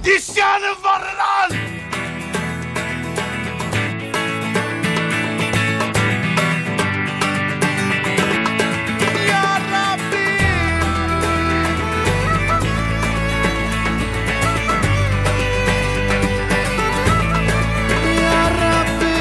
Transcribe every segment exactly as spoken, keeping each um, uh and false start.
İsyanım var lan! Ya Rabbi! Ya Rabbi!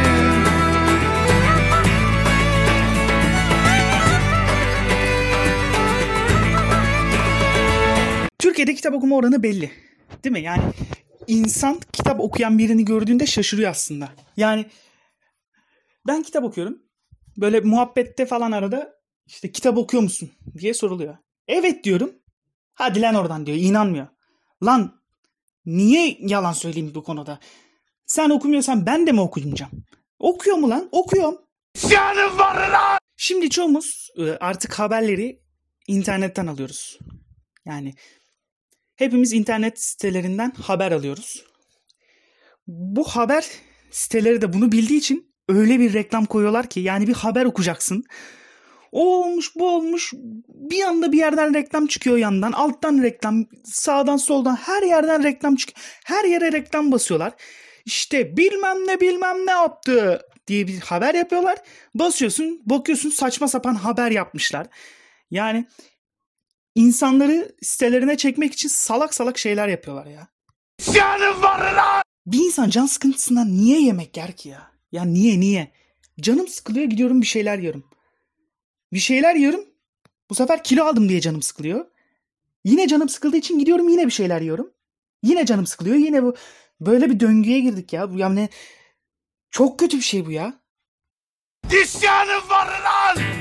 Türkiye'de kitap okuma oranı belli. Değil mi? Yani insan kitap okuyan birini gördüğünde şaşırıyor aslında. Yani ben kitap okuyorum. Böyle muhabbette falan arada işte kitap okuyor musun diye soruluyor. Evet diyorum. Hadi lan oradan diyor. İnanmıyor. Lan niye yalan söyleyeyim bu konuda? Sen okumuyorsan ben de mi okuyacağım? Okuyor mu lan? Okuyorum. İsyanım var lan! Şimdi çoğumuz artık haberleri internetten alıyoruz. Yani hepimiz internet sitelerinden haber alıyoruz. Bu haber siteleri de bunu bildiği için öyle bir reklam koyuyorlar ki yani bir haber okuyacaksın. O olmuş bu olmuş bir anda bir yerden reklam çıkıyor yandan alttan reklam sağdan soldan her yerden reklam çıkıyor. Her yere reklam basıyorlar. İşte bilmem ne bilmem ne yaptı diye bir haber yapıyorlar. Basıyorsun bakıyorsun saçma sapan haber yapmışlar. Yani İnsanları sitelerine çekmek için salak salak şeyler yapıyorlar ya. İsyanım var lan! Bir insan can sıkıntısından niye yemek yer ki ya? Ya niye niye? Canım sıkılıyor gidiyorum bir şeyler yiyorum. Bir şeyler yiyorum. Bu sefer kilo aldım diye canım sıkılıyor. Yine canım sıkıldığı için gidiyorum yine bir şeyler yiyorum. Yine canım sıkılıyor. Yine bu böyle bir döngüye girdik ya. Bu yani çok kötü bir şey bu ya. İsyanım var lan!